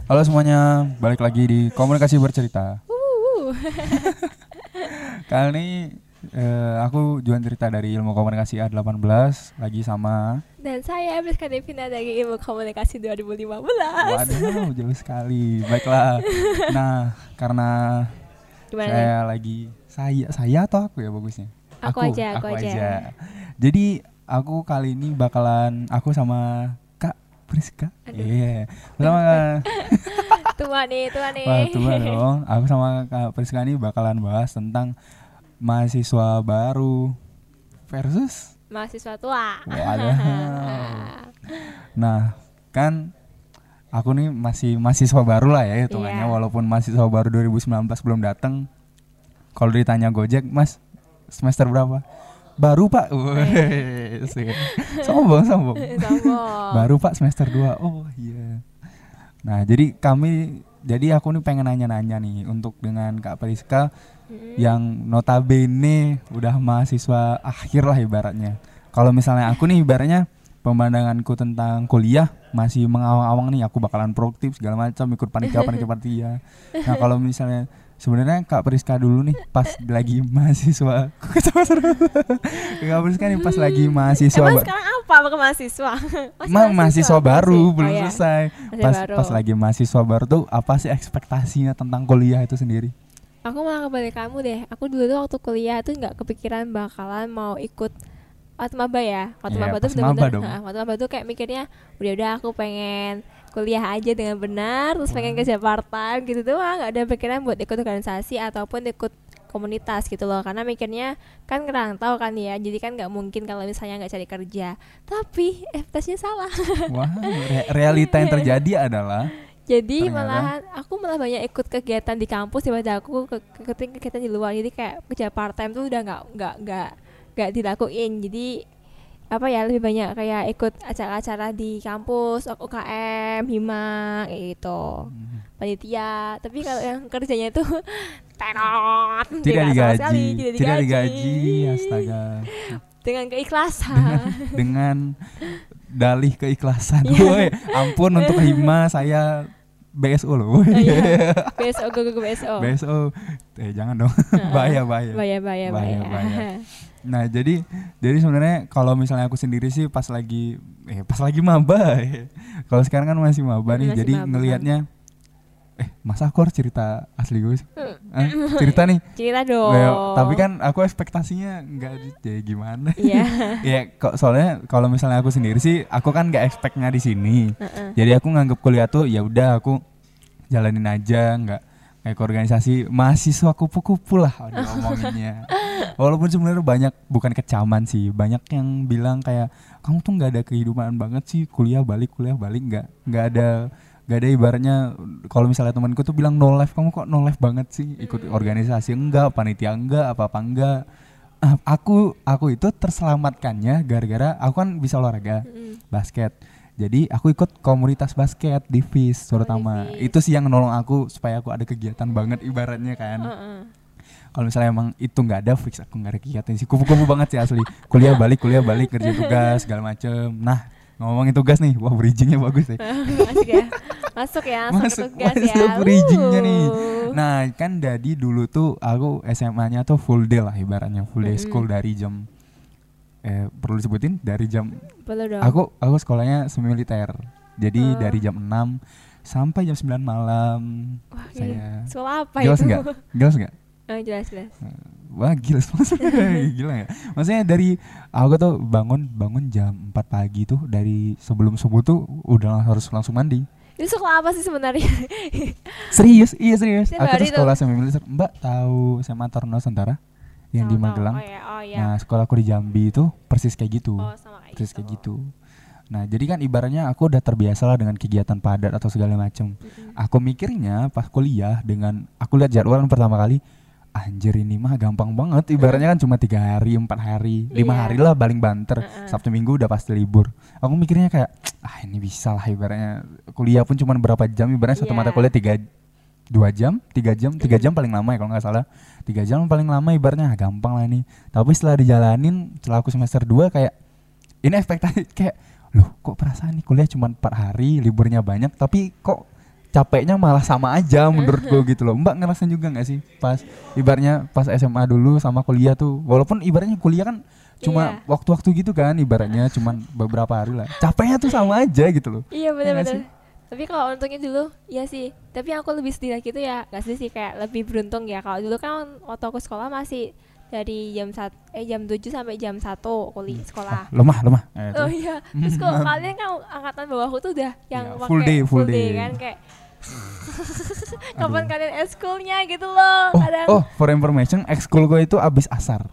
Halo semuanya, balik lagi di Komunikasi Bercerita. Kali ini aku Juan cerita dari Ilmu Komunikasi A18 lagi sama. Dan saya Priska Devina dari Ilmu Komunikasi 2015. Waduh, jauh sekali. Baiklah. Nah, karena Gimana saya lagi saya atau aku ya bagusnya? Aku aja. Jadi aku kali ini bakalan aku sama Kak Priska. Iya. Sama Tua nih. Wah, tua dong. Aku sama Kak Priska ini bakalan bahas tentang mahasiswa baru versus mahasiswa tua. wadah. Nah, kan aku nih masih mahasiswa baru lah ya hitungannya, walaupun mahasiswa baru 2019 belum datang. Kalau ditanya Gojek, Mas, semester berapa? Baru, Pak. Sombong. Baru, Pak, semester 2. Oh, iya. Nah, jadi aku nih pengen nanya-nanya nih untuk dengan Kak Priska yang notabene udah mahasiswa akhir lah ibaratnya. Kalau misalnya aku nih ibaratnya pemandanganku tentang kuliah masih mengawang-awang nih, aku bakalan produktif segala macam, ikut panitia. Nah, kalau misalnya sebenarnya Kak Priska dulu nih pas lagi mahasiswa. Kak Priska nih pas lagi mahasiswa. Emang sekarang apa ke mahasiswa? mahasiswa baru belum iya. selesai. Pas lagi mahasiswa baru tuh apa sih ekspektasinya tentang kuliah itu sendiri? Aku malah kebalik kamu deh. Aku dulu tuh waktu kuliah tuh nggak kepikiran bakalan mau ikut waktu maba ya. Waktu maba tuh bener-bener. Waktu maba tuh kayak mikirnya udah aku pengen kuliah aja dengan benar, terus pengen kerja part time gitu doang. Nggak ada pikiran buat ikut organisasi ataupun ikut komunitas gitu loh, karena mikirnya kan ngerantau kan ya, jadi kan nggak mungkin kalau misalnya nggak cari kerja. Tapi ekspektasinya salah. Wah, realita yang terjadi adalah jadi aku malah banyak ikut kegiatan di kampus daripada aku kegiatan di luar. Jadi kayak kerja part time tuh udah nggak dilakuin. Jadi apa ya, lebih banyak kayak ikut acara-acara di kampus, UKM, hima gitu, panitia. Tapi kalau yang kerjanya tuh tidak digaji, astaga. Dengan keikhlasan. dengan dalih keikhlasan. Woi, ampun untuk hima saya BSO loh. BSO, go BSO. Jangan dong. Bahaya. Nah, jadi sebenarnya kalau misalnya aku sendiri sih pas lagi maba. Kalau sekarang kan masih maba nih, jadi ngelihatnya masa aku harus cerita asli gue sih? Cerita nih. Cerita dong. Tapi kan aku ekspektasinya enggak jadi gimana. Iya. Ya kok soalnya kalau misalnya aku sendiri sih aku kan enggak expect-nya di sini. Jadi aku nganggep kuliah tuh ya udah aku jalanin aja, enggak kayak organisasi mahasiswa kupu-kupu lah ngomonginnya. Walaupun sebenarnya banyak, bukan kecaman sih, banyak yang bilang kayak kamu tuh enggak ada kehidupan banget sih, kuliah balik enggak ada ibaratnya. Kalau misalnya temanku tuh bilang no life, kamu kok no life banget sih, ikut organisasi enggak, panitia enggak, apa enggak. Aku itu terselamatkannya gara-gara aku kan bisa olahraga, basket. Jadi aku ikut komunitas basket di FIS terutama. Itu sih yang nolong aku supaya aku ada kegiatan banget ibaratnya kan. Kalau misalnya emang itu nggak ada, fix aku nggak ada kegiatan sih, kupu-kupu banget sih asli. Kuliah balik kerja tugas segala macem. Nah, ngomongin tugas nih, wah bridgingnya bagus deh. Masuk tugas ya. Masuk bridgingnya nih. Nah kan dari dulu tuh aku SMA-nya tuh full day lah ibaratnya, full day school dari jam perlu disebutin dari jam. Aku sekolahnya semi militer. Jadi dari jam 6 sampai jam 9 malam. Wah, saya sekolah apa jelas itu? Jelas enggak? Jelas. Wah gila ya. Maksudnya dari aku tuh bangun jam 4 pagi tuh, dari sebelum subuh tuh udah harus langsung mandi. Itu sekolah apa sih sebenarnya? Serius. Aku tuh sekolah semi militer. Mbak tahu SMA Taruna Nusantara yang di Magelang? Oh, iya. Nah, sekolahku di Jambi itu persis kayak gitu. Sama kayak gitu. Nah, jadi kan ibaratnya aku udah terbiasa lah dengan kegiatan padat atau segala macam. Aku mikirnya pas kuliah, dengan aku lihat jadwal pertama kali, anjir ini mah gampang banget. Ibaratnya kan cuma 3 hari, 4 hari, 5 hari lah paling banter. Sabtu Minggu udah pasti libur. Aku mikirnya kayak, ini bisa lah ibaratnya. Kuliah pun cuma berapa jam, ibaratnya satu mata kuliah 3 jam paling lama ya kalau nggak salah. 3 jam paling lama ibaratnya, gampang lah ini. Tapi setelah dijalanin, setelah aku semester 2 kayak, ini ekspektasi kayak, loh kok perasaan nih kuliah cuma 4 hari, liburnya banyak, tapi kok capeknya malah sama aja menurut gue gitu loh. Mbak ngerasain juga nggak sih pas ibaratnya pas SMA dulu sama kuliah tuh, walaupun ibaratnya kuliah kan cuma waktu-waktu gitu kan, ibaratnya cuman beberapa hari lah, capeknya tuh sama aja gitu loh. Iya benar-benar. Tapi kalau untungnya dulu ya sih, tapi aku lebih sedih gitu ya, nggak sedih sih, kayak lebih beruntung ya. Kalau dulu kan waktu aku sekolah masih dari jam 7 sampai jam 1 kuliah sekolah. Lemah. Oh iya. Terus kalau kalian kan angkatan bawahku tuh udah yang full day kan kayak kapan kalian ekskulnya gitu loh. For information, ekskul gue itu abis asar.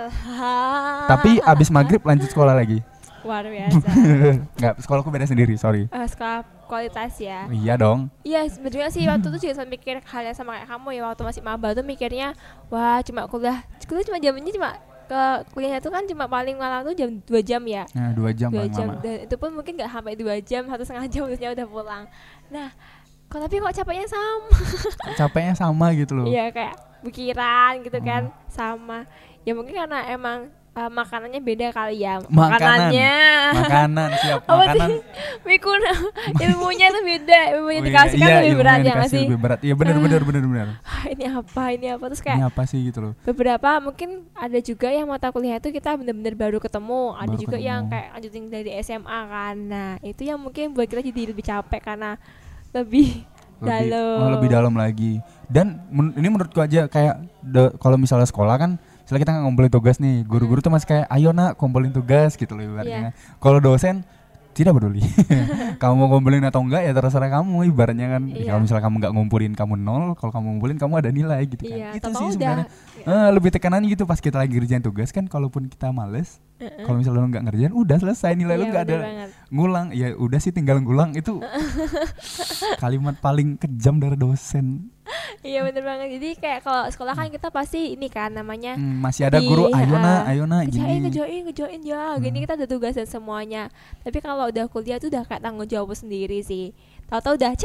Tapi abis maghrib lanjut sekolah lagi. Luar biasa. Enggak, sekolahku beda sendiri, sorry. Sekolah kualitas ya. Iya dong. Iya sebenarnya sih waktu itu juga saya mikir hal yang sama kayak kamu ya, waktu masih maba tuh mikirnya wah cuma kuliah cuma jamnya cuma ke kuliahnya tuh kan cuma paling malam tuh 2 jam ya. Nah, 2 jam paling lama. Dan itu pun mungkin nggak sampai 2 jam, 1,5 jam terusnya udah pulang. Nah tapi kok capeknya sama. Capeknya sama gitu loh. Iya kayak pikiran gitu kan sama. Ya mungkin karena emang makanannya beda kali ya. Makanan siap. Makanan Mikuna ilmunya tuh beda. Ilmunya dikasih kan lebih berat ya nggak sih? Lebih berat. Iya benar. Ini apa terus kayak ini apa sih gitu loh. Beberapa mungkin ada juga yang mata kuliah itu kita benar-benar baru ketemu. Ada juga yang kayak lanjutin dari SMA kan. Nah itu yang mungkin buat kita jadi lebih capek karena lebih dalam. Lebih dalam lagi. Dan ini menurutku aja kayak kalau misalnya sekolah kan, misalnya kita ngumpulin tugas nih, guru-guru tuh masih kayak ayo nak kumpulin tugas gitu loh ibaratnya. Kalau dosen tidak peduli. Kamu mau ngumpulin atau enggak ya terserah kamu ibaratnya kan. Kalau misalnya kamu enggak ngumpulin kamu 0, kalau kamu ngumpulin kamu ada nilai gitu kan. Itu sih sebenarnya. Lebih tekanan gitu pas kita lagi ngerjain tugas kan, kalaupun kita males, kalau misalnya lo enggak ngerjain udah selesai, nilai lo enggak ada ngulang. Ya udah sih tinggal ngulang, itu kalimat paling kejam dari dosen. Iya bener banget. Jadi kayak kalau sekolah kan kita pasti ini kan namanya masih ada guru ayo nak gini ngejoin ya gini, kita ada tugas dan semuanya. Tapi kalau udah kuliah tuh udah kayak tanggung jawab sendiri sih. Tahu-tahu udah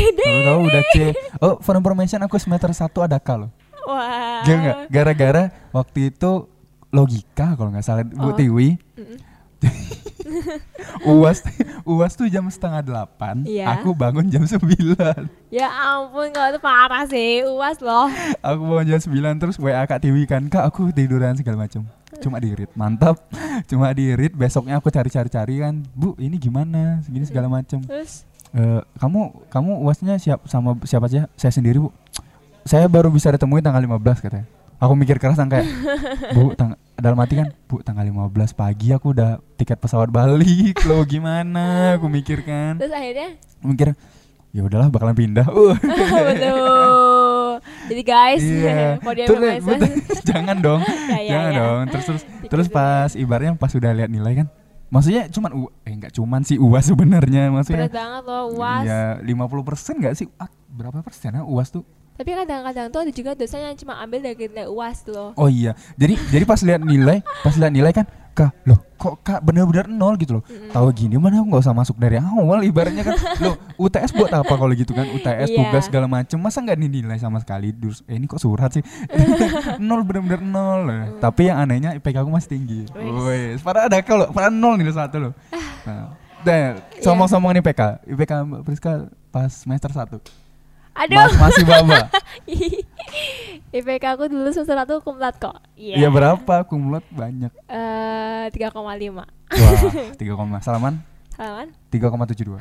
C. Oh for information aku semester 1 ada K loh. Wah. Gak gara-gara waktu itu logika kalau nggak salah Bu Tiwi. UAS tuh jam 7:30, aku bangun jam 9. Ya ampun, kalau itu parah sih UAS loh. Aku bangun jam 9 terus WA Kak Tiwi kan, Kak aku tiduran segala macam. Cuma di-read, mantap. Cuma di-read, besoknya aku cari kan, Bu ini gimana, segini segala macam. Terus kamu UASnya sama siapa aja? Saya sendiri Bu. Saya baru bisa ditemuin tanggal 15 katanya. Aku mikir keras kan kayak, Bu dalam hati kan, Bu tanggal 15 pagi aku udah tiket pesawat balik loh, gimana aku mikir kan. Terus akhirnya mikir ya udahlah bakalan pindah. Betul. Jadi guys, jangan dong. Terus pas ibaratnya pas udah lihat nilai kan, maksudnya cuman enggak cuman sih UAS sebenarnya, maksudnya berat banget loh UAS. Ya 50% enggak sih? Berapa persen ya UAS tuh? Tapi kadang-kadang tuh ada juga dosen yang cuma ambil dari nilai UAS tuh loh. Oh iya. Jadi pas lihat nilai kan, Kak, loh kok Kak benar-benar 0 gitu loh. Tahu gini mana aku enggak usah masuk dari awal ibaratnya kan. Loh, UTS buat apa kalau gitu kan? UTS tugas segala macam. Masa enggak dinilai sama sekali? Ini kok surat sih? 0 benar-benar 0. Tapi yang anehnya IPK aku masih tinggi. Wes, padahal ada kalau padahal 0 nilai 1 loh. Nah, ngomong-ngomongin IPK Mbak Priska pas semester 1. Aduh. Masih baba. IPK aku dulu semester 1 kumlat kok. Iya berapa? Kumlat banyak. 3,5. Wah, 3, salaman? 3,72.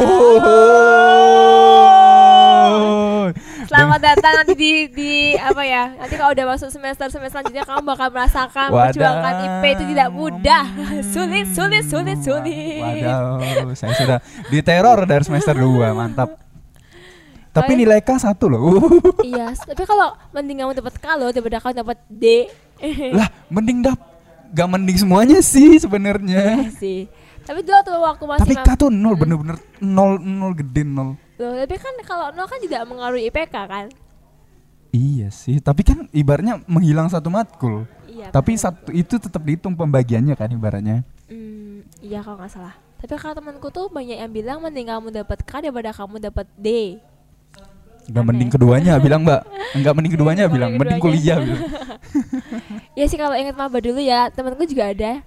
Selamat datang nanti di apa ya? Nanti kalau udah masuk semester selanjutnya kamu bakal merasakan perjuangan IP itu tidak mudah. Sulit. Waduh, saya sudah diteror dari semester 2, mantap. Tapi nilai K 1 loh. Iya, tapi kalau mending kamu dapat K loh daripada kamu dapat D. Lah, gak mending semuanya sih sebenarnya. Iya sih. Tapi dulu tuh waktu masih tapi K tuh 0, bener-bener 0 gede 0. Loh, tapi kan kalau 0 kan tidak mengaruhi IPK kan? Iya sih, tapi kan ibaratnya menghilang satu matkul. Iya. Tapi satu itu tetap dihitung pembagiannya kan ibaratnya. Iya kalau nggak salah. Tapi kalau temanku tuh banyak yang bilang mending kamu dapat K daripada kamu dapat D. Enggak mending keduanya bilang Mbak. Enggak mending keduanya bilang, mending kuliah bilang. Ya sih kalau ingat maba dulu ya, temanku juga ada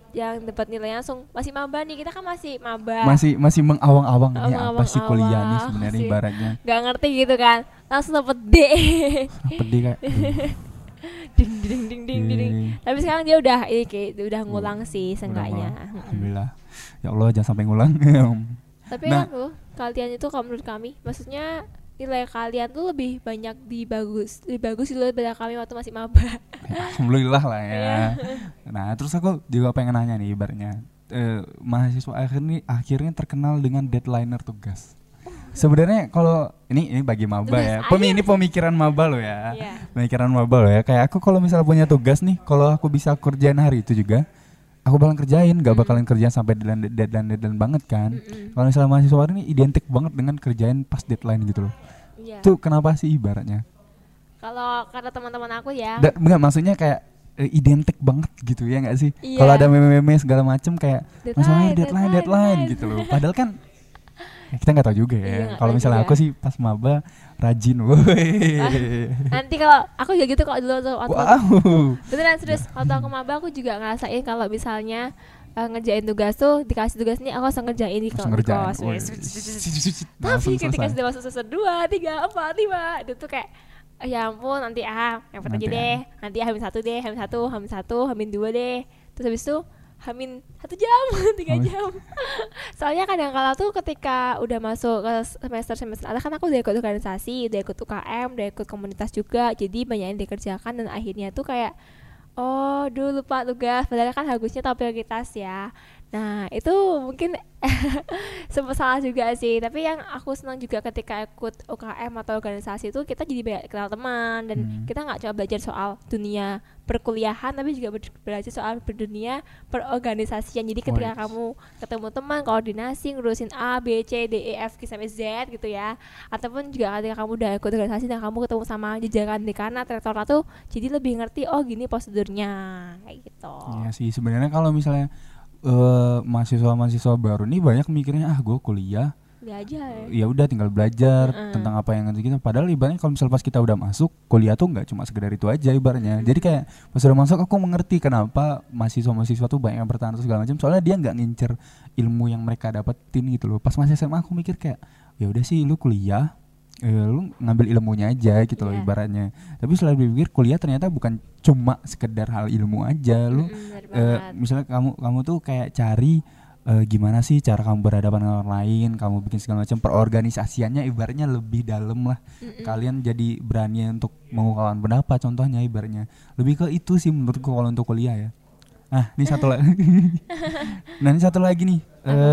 dapat nilainya langsung masih maba nih, kita kan masih maba, masih mengawang-awang nih apa sih kuliah nih sebenarnya ibaratnya nggak ngerti gitu kan, langsung dapat D. Dapat D kayak ding ding ding ding ding. Tapi sekarang dia udah ngulang sih seenggaknya. Alhamdulillah. Ya Allah jangan sampai ngulang. Tapi aku kalian itu kalau menurut kami, maksudnya nilai kalian tuh lebih banyak lebih bagus daripada kami waktu masih maba. Alhamdulillah lah ya. Nah terus aku juga pengen nanya nih ibaratnya mahasiswa akhirnya terkenal dengan deadliner tugas. Sebenarnya kalau ini bagi maba ya, ini pemikiran maba lo ya, pemikiran maba lo ya. Kayak aku kalau misalnya punya tugas nih, kalau aku bisa kerjain hari itu juga, aku bakalan kerjain, gak bakalan kerjain sampai deadline banget kan. Kalau misalnya mahasiswa ini identik banget dengan kerjain pas deadline gitu loh. Itu kenapa sih ibaratnya? Kalau kata teman-teman aku ya. Enggak, maksudnya kayak identik banget gitu ya nggak sih? Kalau ada meme-meme segala macem kayak masalahnya deadline gitu loh. Padahal kan kita nggak tahu juga ya. Kalau misalnya aku sih pas maba rajin, nanti kalau aku juga gitu kok dulu waktu beneran serius, waktu aku maba aku juga ngerasain kalau misalnya ngerjain tugas tuh, dikasih tugas nih aku langsung ngerjain di kos. Tapi ketika sudah masuk semester 2, 3, 4, 5 itu tuh kayak ya ampun nanti yang pertama aja deh, nanti H-1 deh, H-1, H-2 deh, terus habis itu H-1 jam, 3 jam. Soalnya kadang-kala tuh ketika udah masuk ke semester akhir kan aku udah ikut organisasi, udah ikut UKM, udah ikut komunitas juga, jadi banyak yang dikerjakan dan akhirnya tuh kayak dulu lupa tugas, padahal kan harusnya tahu prioritas ya. Nah itu mungkin sempat salah juga sih. Tapi yang aku senang juga ketika ikut UKM atau organisasi itu kita jadi banyak kenal teman. Dan kita gak cuma belajar soal dunia perkuliahan, tapi juga belajar soal berdunia perorganisasian. Jadi ketika kamu ketemu teman, koordinasi, ngurusin A, B, C, D, E, F, G, sampai Z gitu ya. Ataupun juga ketika kamu udah ikut organisasi dan kamu ketemu sama jajaran dekanat, rektorat tuh jadi lebih ngerti gini prosedurnya kayak gitu. Iya sih sebenarnya kalau misalnya mahasiswa baru nih banyak mikirnya gue kuliah ya udah tinggal belajar tentang apa yang nanti kita, padahal ibaratnya kalau misalnya pas kita udah masuk kuliah tuh nggak cuma sekedar itu aja ibaratnya. Jadi kayak pas udah masuk aku mengerti kenapa mahasiswa tuh banyak yang bertahan segala macam, soalnya dia nggak ngincer ilmu yang mereka dapetin gitu loh. Pas masih SMA aku mikir kayak ya udah sih lu kuliah, lu ngambil ilmunya aja gitu loh ibaratnya. Tapi setelah berpikir kuliah ternyata bukan cuma sekedar hal ilmu aja. Lu misalnya kamu tuh kayak cari gimana sih cara kamu berhadapan dengan orang lain, kamu bikin segala macam perorganisasiannya ibaratnya lebih dalam lah. Kalian jadi berani untuk mengungkapkan pendapat contohnya ibaratnya. Lebih ke itu sih menurutku kalau untuk kuliah ya. Ini satu lagi. Nah ini satu lagi nih.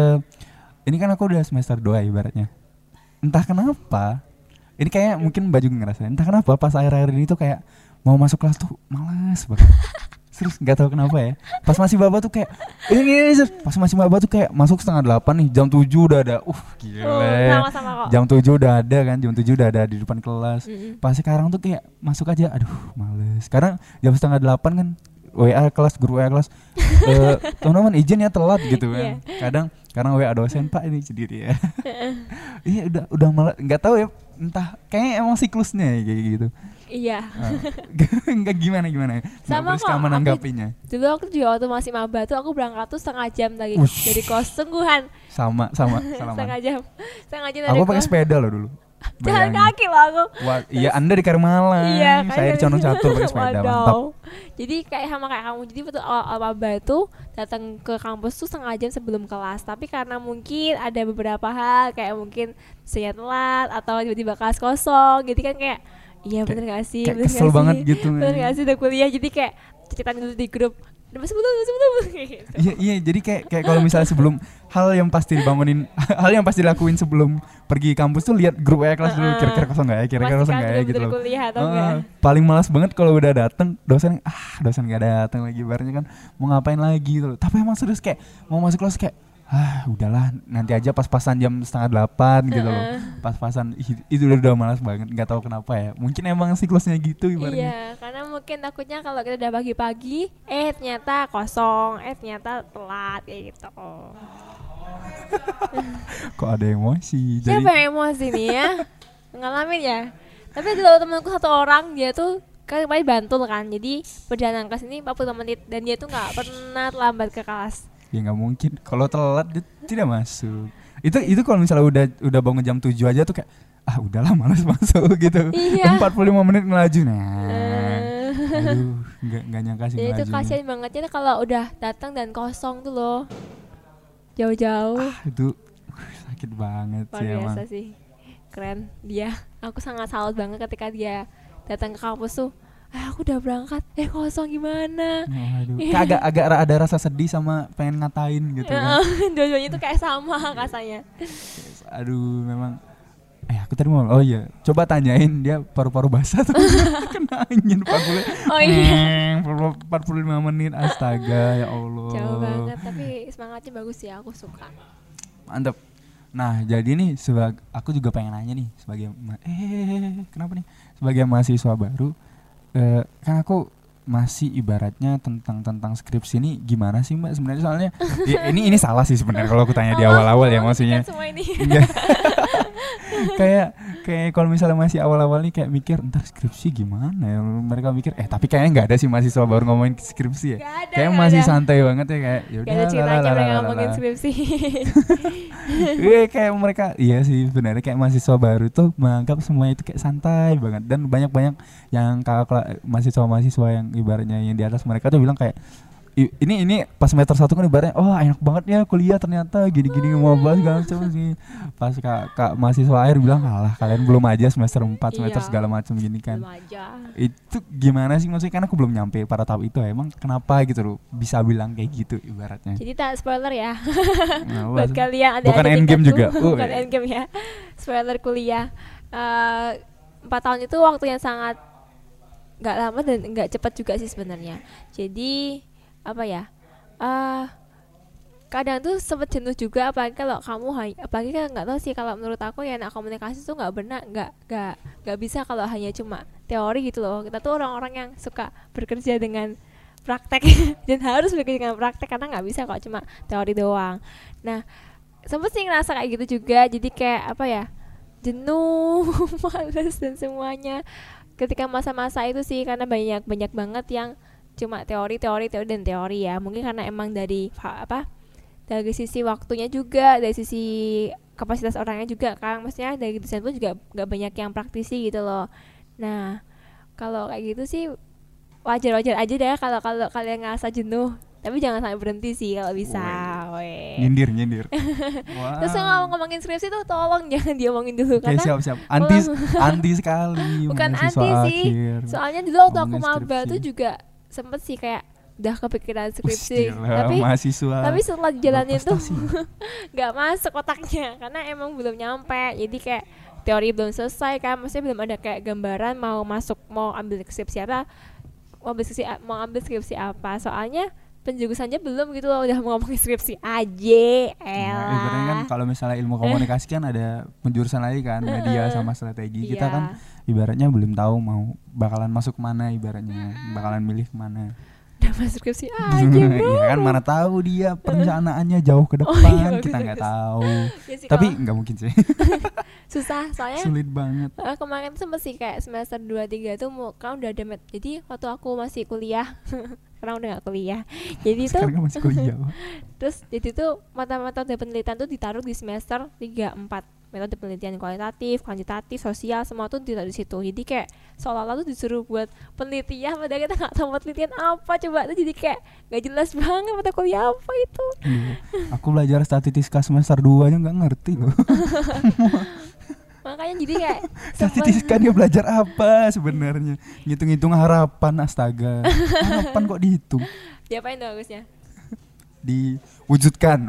Ini kan aku udah semester 2 ibaratnya. Entah kenapa ini kayak mungkin Mbak juga ngerasain, entah kenapa pas akhir-akhir ini tuh kayak mau masuk kelas tuh malas banget. Serius nggak tahu kenapa ya. Pas masih maba tuh kayak pas masih maba tuh kayak masuk 7:30 nih, jam 7 udah ada. Gila. Sama-sama kok. Jam 7 udah ada kan, jam 7 udah ada di depan kelas. Pas sekarang tuh kayak masuk aja, aduh males. Sekarang jam 7:30 kan WA kelas, grup WA kelas. Teman-teman izin ya telat gitu kan. Kadang WA dosen Pak ini sendiri ya. Iya udah malah nggak tahu ya, entah kayaknya emang siklusnya kayak gitu. Iya. Enggak gimana. Sama kok. Kamu menanggapinya. Dulu aku juga waktu masih maba tuh aku berangkat tuh setengah jam lagi dari kos, sungguhan. Sama. Setengah jam dari aku pakai sepeda loh dulu. Jalan kaki loh aku. Iya Anda di Karimalang. Iya, saya di Condong Catur pakai sepeda. Mantap. Jadi kayak sama kayak kamu. Jadi waktu awal maba itu datang ke kampus tuh setengah jam sebelum kelas. Tapi karena mungkin ada beberapa hal kayak mungkin saya telat atau tiba-tiba kelas kosong. Jadi kan kayak iya bener gak sih? Kayak kesel banget gitu. Bener gak sih udah kuliah, jadi kayak ceritain dulu di grup masih belum gitu. Iya jadi kayak kalau misalnya sebelum hal yang pasti dilakuin sebelum pergi kampus tuh lihat grup WA kelas dulu, kira-kira kosong nggak ya gitu loh. Paling malas banget kalau udah dateng dosen nggak datang lagi, ibaratnya kan mau ngapain lagi gitu loh. Tapi emang serius kayak mau masuk kelas kayak udahlah nanti aja pas-pasan jam 7:30 gitu loh. Pas-pasan itu udah malas banget, nggak tahu kenapa ya. Mungkin emang siklusnya gitu ibaratnya. Iya, karena mungkin takutnya kalau kita udah pagi-pagi ternyata kosong, ternyata telat kayak gitu. Kok ada emosi? Siapa yang emosi nih ya? Ngalamin ya? Tapi ada temanku satu orang, dia tuh kan kemarin Bantul kan, jadi perjalanan ke sini 45 menit dan dia tuh nggak pernah terlambat ke kelas. Ya nggak mungkin, kalau telat dia tidak masuk. Itu kalau misalnya udah bangun jam 7 aja tuh kayak udahlah malas masuk gitu. Iya. 45 menit ngelaju aduh nggak nyangka sih. Jadi itu kasihan bangetnya kalau udah datang dan kosong tuh loh, jauh-jauh. Itu sakit banget luar sih biasa emang. sih, keren dia. Aku sangat salut banget ketika dia datang ke kampus tuh. Aku udah berangkat, kosong gimana? Aduh. Agak ada rasa sedih sama pengen ngatain gitu kan. Dua-duanya tuh kayak sama rasanya. Aduh memang. Aku tadi mau, coba tanyain dia paru-paru basah tuh kena angin 45 menit, astaga ya Allah. Jauh banget, tapi semangatnya bagus ya, aku suka. Mantep. Nah jadi nih aku juga pengen nanya nih sebagai kenapa nih sebagai mahasiswa baru, kan aku masih ibaratnya tentang skripsi ini gimana sih Mbak sebenarnya, soalnya ini salah sih sebenarnya kalau aku tanya di awal-awal ya, maksudnya semua ini. kayak kalau misalnya masih awal-awal nih kayak mikir ntar skripsi gimana ya, mereka mikir tapi kayaknya nggak ada sih mahasiswa baru ngomongin skripsi ya, kayak masih santai banget ya, kayak yaudah gak ada ceritanya mereka ngomongin skripsi. Kayak mereka sih sebenarnya kayak mahasiswa baru tuh menganggap semuanya itu kayak santai banget, dan banyak yang mahasiswa yang ibaratnya yang di atas mereka tuh bilang kayak ini pas semester 1 kan ibaratnya enak banget ya kuliah, ternyata gini-gini mau bahas segala macam sih. Pas kak mahasiswa akhir bilang kalian belum aja semester 4 semester segala macam gini kan. Itu gimana sih, maksudnya kan aku belum nyampe pada tahap itu, emang kenapa gitu loh bisa bilang kayak gitu ibaratnya. Jadi tak spoiler ya. Buat kalian ada bukan endgame juga. Bukan endgame ya. Spoiler kuliah. 4 tahun itu waktu yang sangat nggak lama dan nggak cepat juga sih sebenarnya. Jadi kadang tuh sempet jenuh juga, apalagi kalau apalagi kan nggak tahu sih, kalau menurut aku ya anak komunikasi tuh nggak bisa kalau hanya cuma teori gitu loh. Kita tuh orang-orang yang suka bekerja dengan praktek dan harus bekerja dengan praktek, karena nggak bisa kok cuma teori doang. Nah sempet sih ngerasa kayak gitu juga, jadi kayak jenuh, males dan semuanya ketika masa-masa itu sih, karena banyak banget yang cuma teori ya. Mungkin karena emang dari sisi waktunya juga, dari sisi kapasitas orangnya juga kan, maksudnya dari desain pun juga nggak banyak yang praktisi gitu loh. Nah kalau kayak gitu sih wajar aja deh kalau kalian ngerasa jenuh, tapi jangan sampai berhenti sih kalau bisa. Nyindir. Wow. Terus ngomongin skripsi tuh tolong jangan diomongin dulu, karena siap anti sekali. Bukan anti sih, soalnya dulu waktu aku maba tuh juga sempet sih kayak udah kepikiran skripsi, tapi setelah dijalanin tuh nggak masuk otaknya, karena emang belum nyampe. Jadi kayak teori belum selesai kan, maksudnya belum ada kayak gambaran mau ambil skripsi apa, mau ambil skripsi apa, soalnya penjurusannya belum gitu loh, udah mau ngomongin skripsi aja. Ibaratnya kan kalau misalnya ilmu komunikasi kan ada penjurusan lagi kan, media sama strategi. Kita kan ibaratnya belum tahu mau bakalan masuk mana, ibaratnya bakalan milih kemana. Udah masuk skripsi aja bro. Iya kan, mana tahu dia perencanaannya jauh ke depan, kita nggak tahu. Tapi nggak mungkin sih. Susah soalnya. Sulit banget. Kemarin tuh sempet sih kayak semester 2-3 tuh kan udah ada jadi waktu aku masih kuliah. Sekarang udah gak kuliah. Jadi sekarang masih kuliah. Terus jadi tuh mata-mata penelitian tuh ditaruh di semester 3-4. Metode penelitian kualitatif, kuantitatif, sosial, semua tuh ditaruh di situ. Jadi kayak seolah-olah tuh disuruh buat penelitian, padahal kita nggak tahu penelitian apa. Coba tuh jadi kayak nggak jelas banget mata kuliah apa itu. Aku belajar statistika semester 2 aja nggak ngerti loh. Makanya jadi kayak statistika dia belajar apa sebenarnya? Ngitung-ngitung harapan, astaga. Harapan kok dihitung? Diapain tuh bagusnya? Diwujudkan.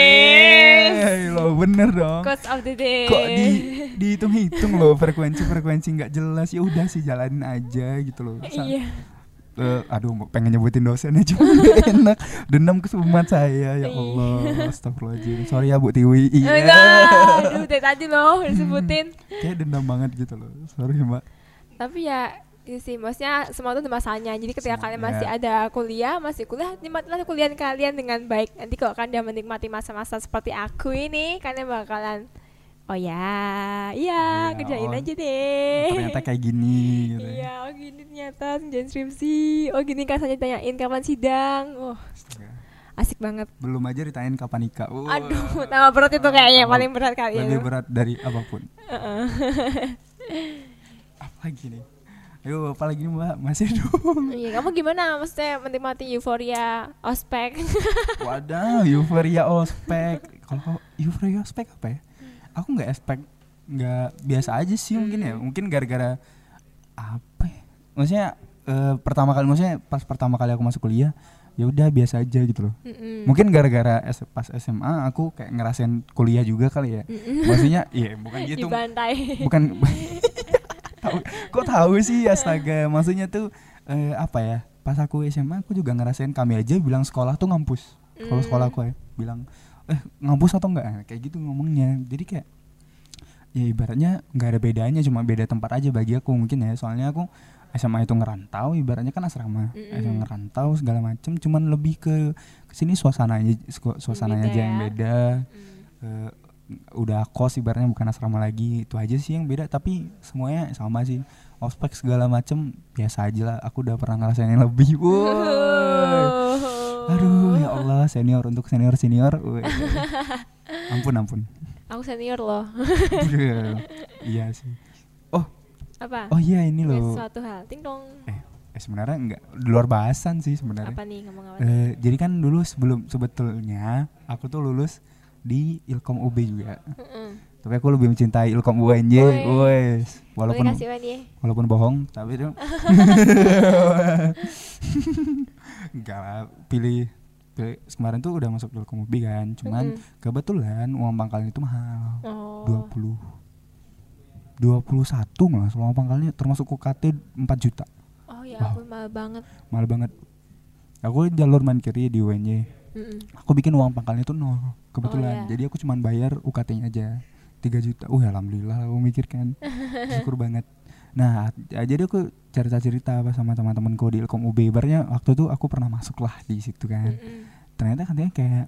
Lo bener dong. Quotes of the day. Kok dihitung-hitung loh, frekuensi nggak jelas. Ya udah sih jalanin aja gitu loh. Iya. Aduh pengen nyebutin dosennya cuma enak, dendam kesumat saya, ya Allah, astagfirullahaladzim, sorry ya Bu Tiwi. Aduh dari tadi loh disebutin. Kayak dendam banget gitu loh, sorry Mbak. Tapi ya sih, maksudnya semua itu ada masanya. Jadi ketika kalian masih ada kuliah, nikmatilah kuliah kalian dengan baik. Nanti kalau kalian menikmati masa-masa seperti aku ini, kalian bakalan Oh ya, iya kerjain aja deh. Ternyata kayak gini gitu. Iya, oh gini ternyata jangan skripsi. Oh gini kasanya tanyain kapan sidang. Oh, asik banget. Belum aja ditanyain kapan nikah. Aduh, nama berat itu kayaknya paling berat kali ya. Lebih berat dari apapun. Apa lagi nih? Ayo, apa lagi nih Mbak? Masih dong. Iya, kamu gimana? Maksudnya menikmati euforia ospek? Wadah, euforia ospek. Kalau euforia ospek apa ya? Aku nggak expect, nggak biasa aja sih mungkin ya. Mungkin gara-gara apa ya? Maksudnya maksudnya pas pertama kali aku masuk kuliah, ya udah biasa aja gitu loh. Mungkin gara-gara pas SMA aku kayak ngerasain kuliah juga kali ya. Maksudnya, iya bukan gitu. Dibantai. Bukan. Kok tahu sih, astaga. Maksudnya tuh apa ya? Pas aku SMA aku juga ngerasain, kami aja bilang sekolah tuh ngampus. Kalau sekolah aku ya bilang ngampus atau enggak, kayak gitu ngomongnya. Jadi kayak ya ibaratnya nggak ada bedanya, cuma beda tempat aja bagi aku mungkin ya. Soalnya aku SMA itu ngerantau, ibaratnya kan asrama, SMA ngerantau segala macem. Cuman lebih ke sini suasananya aja yang beda. Udah kos ibaratnya, bukan asrama lagi, itu aja sih yang beda. Tapi semuanya sama sih, ospek segala macem biasa aja lah. Aku udah pernah ngerasain yang lebih. Aduh ya Allah, senior untuk senior. Ampun. Aku senior loh. Iya sih. Oh apa? Oh iya ini loh. Suatu hal, ting dong. Sebenarnya enggak di luar bahasan sih sebenarnya. Apa nih, ngomong apa nih? Jadi kan dulu sebetulnya aku tuh lulus di Ilkom UB juga. Tapi aku lebih mencintai Ilkom UNJ, wes. Walaupun bohong, tapi itu enggak lah, pilih kemarin tuh udah masuk Ilkom UB kan. Cuman kebetulan uang pangkalnya itu mahal. 21 malah uang pangkalnya, termasuk UKT 4 juta. Oh ya ampun, mahal banget. Aku jalur mandiri di UNJ. Aku bikin uang pangkalnya tuh 0 kebetulan. Jadi aku cuman bayar UKT-nya aja 3 juta. Alhamdulillah aku mikir kan. Syukur banget. Nah, jadi aku cerita apa sama teman-temanku di Ilkom UB. Ibaratnya waktu itu aku pernah masuk lah di situ kan. Ternyata katanya kayak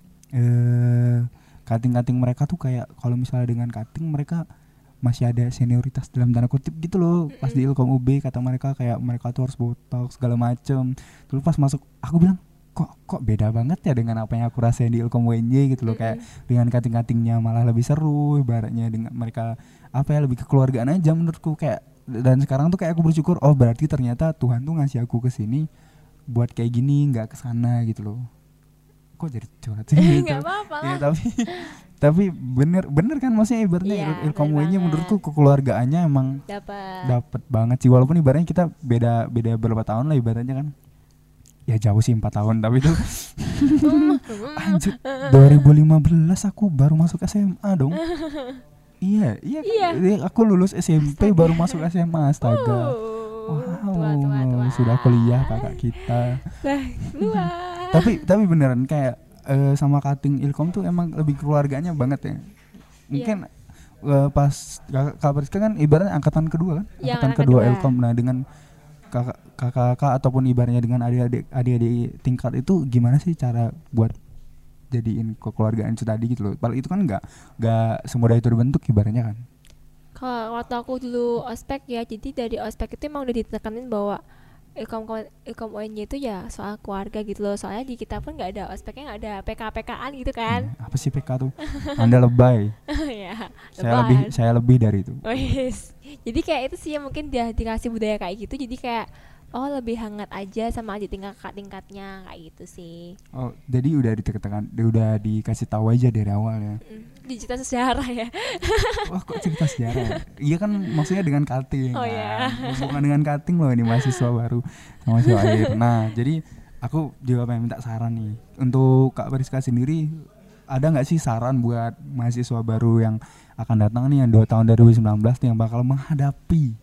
cutting mereka tuh kayak kalau misalnya dengan cutting mereka masih ada senioritas dalam tanda kutip gitu loh. Pas di Ilkom UB kata mereka kayak mereka tuh harus botox segala macem. Terus pas masuk aku bilang kok beda banget ya dengan apa yang aku rasain di Ilkom UNJ gitu loh. Kayak dengan cutting-cuttingnya malah lebih seru ibaratnya, dengan mereka apa ya, lebih kekeluargaan aja menurutku kayak. Dan sekarang tuh kayak aku bersyukur, oh berarti ternyata Tuhan tuh ngasih aku kesini buat kayak gini, nggak kesana gitu loh. Kok jadi curhat sih gitu. Nggak apa-apa lah. Ya, tapi bener kan, maksudnya ibaratnya Ilkom UNJ menurutku kekeluargaannya emang dapat banget sih. Walaupun ibaratnya kita beda berapa tahun lah ibaratnya kan. Ya jauh sih 4 tahun, tapi itu anjir 2015 aku baru masuk SMA dong. Iya. Aku lulus SMP baru masuk SMA, astaga. Wow, sudah kuliah kakak kita. Tapi beneran kayak sama cutting Ilkom tuh emang lebih keluarganya banget ya. Mungkin pas Kak Priska kan ibaratnya angkatan kedua kan? Angkatan kedua Ilkom. Nah, dengan kakak ataupun ibaratnya dengan adik-adik tingkat itu gimana sih cara buat jadiin kekeluargaan itu tadi gitu loh. Padahal itu kan nggak semudah itu dibentuk ibaratnya kan. Kalau waktu aku dulu ospek ya, jadi dari ospek itu emang udah ditekanin bahwa Ilkom UNJ itu ya soal keluarga gitu loh. Soalnya di kita pun nggak ada ospeknya, nggak ada PK-PKan gitu kan. Apa sih PK tuh? Anda lebay. Ya, saya lebih dari itu. Jadi kayak itu sih yang mungkin dia dikasih budaya kayak gitu. Jadi kayak lebih hangat aja sama adik tingkatnya kayak gitu sih. Oh, jadi udah dikasih tahu aja dari awal ya. Di cerita sejarah ya. Wah, kok cerita sejarah? Iya kan, maksudnya dengan cutting. Ya. Bukan dengan cutting loh, ini mahasiswa baru sama mahasiswa akhir. Nah, jadi aku juga pengen minta saran nih untuk Kak Priska sendiri. Ada nggak sih saran buat mahasiswa baru yang akan datang nih, yang tahun 2019 nih, yang bakal menghadapi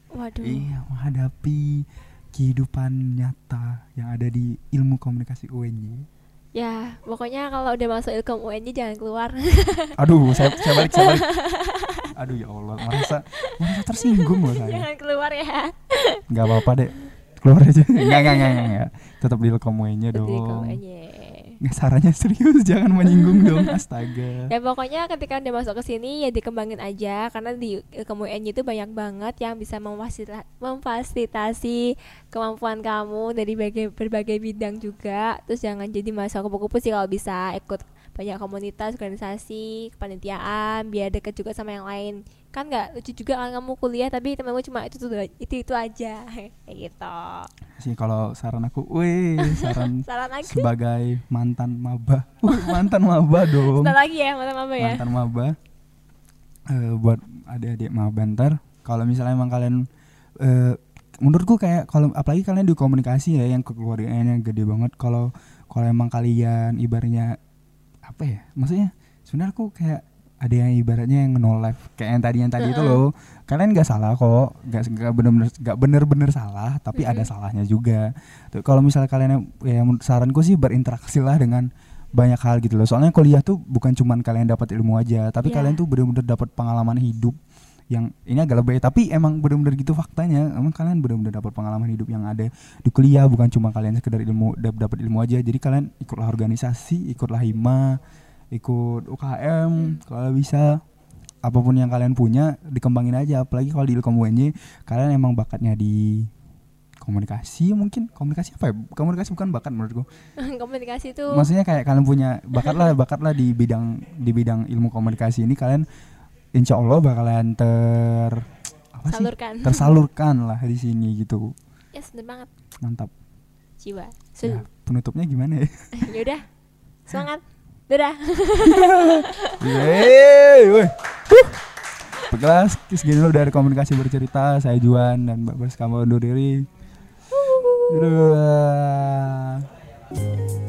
kehidupan nyata yang ada di ilmu komunikasi UNJ? Ya, pokoknya kalau udah masuk Ilkom UNJ jangan keluar. Aduh, saya balik. Aduh ya Allah, merasa tersinggung loh saya. Jangan keluar ya. Enggak apa-apa deh. Keluar aja. Enggak. Tetap di Ilkom UNJ dong. sarannya serius, jangan menyinggung dong, astaga. Ya pokoknya ketika udah masuk ke sini ya dikembangin aja, karena di ilmu UN itu banyak banget yang bisa memfasilitasi kemampuan kamu dari berbagai bidang juga. Terus jangan jadi mahasiswa kupu-kupu sih, kalau bisa ikut banyak komunitas, organisasi, kepanitiaan, biar deket juga sama yang lain. Kan nggak lucu juga kan kamu kuliah tapi temenmu cuma itu aja kayak gitu sih. Kalau saran aku, saran aku sebagai mantan maba, mantan maba dong. Setelah lagi ya mantan maba ya. Mantan maba, buat adik-adik maba ntar, kalau misalnya emang kalian, menurutku kayak kalau apalagi kalian di komunikasi ya, yang kekeluargaannya gede banget. Kalau emang kalian ibaratnya apa ya, maksudnya sebenarnya aku kayak ada yang ibaratnya yang no life kayak yang tadi itu loh. Kalian nggak salah kok, nggak bener-bener salah, tapi ada salahnya juga. Tuh, kalau misalnya kalian ya saranku sih berinteraksi lah dengan banyak hal gitu loh. Soalnya kuliah tuh bukan cuman kalian dapat ilmu aja, tapi kalian tuh bener-bener dapat pengalaman hidup. Yang ini agak lebih, tapi emang bener-bener gitu faktanya. Emang kalian bener-bener dapat pengalaman hidup yang ada di kuliah, bukan cuma kalian sekedar ilmu dapat ilmu aja. Jadi kalian ikutlah organisasi, ikutlah hima, ikut UKM, kalau bisa apapun yang kalian punya dikembangin aja. Apalagi kalau di Ilkom UNY kalian emang bakatnya di komunikasi, mungkin komunikasi apa ya? Komunikasi bukan bakat menurutku. Komunikasi itu maksudnya kayak kalian punya bakatlah di bidang ilmu komunikasi ini, kalian insya Allah bakalan tersalurkan lah di sini gitu. Yes, bener banget. Mantap. Jiwa. Ya, penutupnya gimana ya? Yaudah, semangat. Dadah. Yeay, Baiklah, segini dulu dari komunikasi bercerita. Saya Juan dan Mbak Bas, kamu undur diri. Dadah.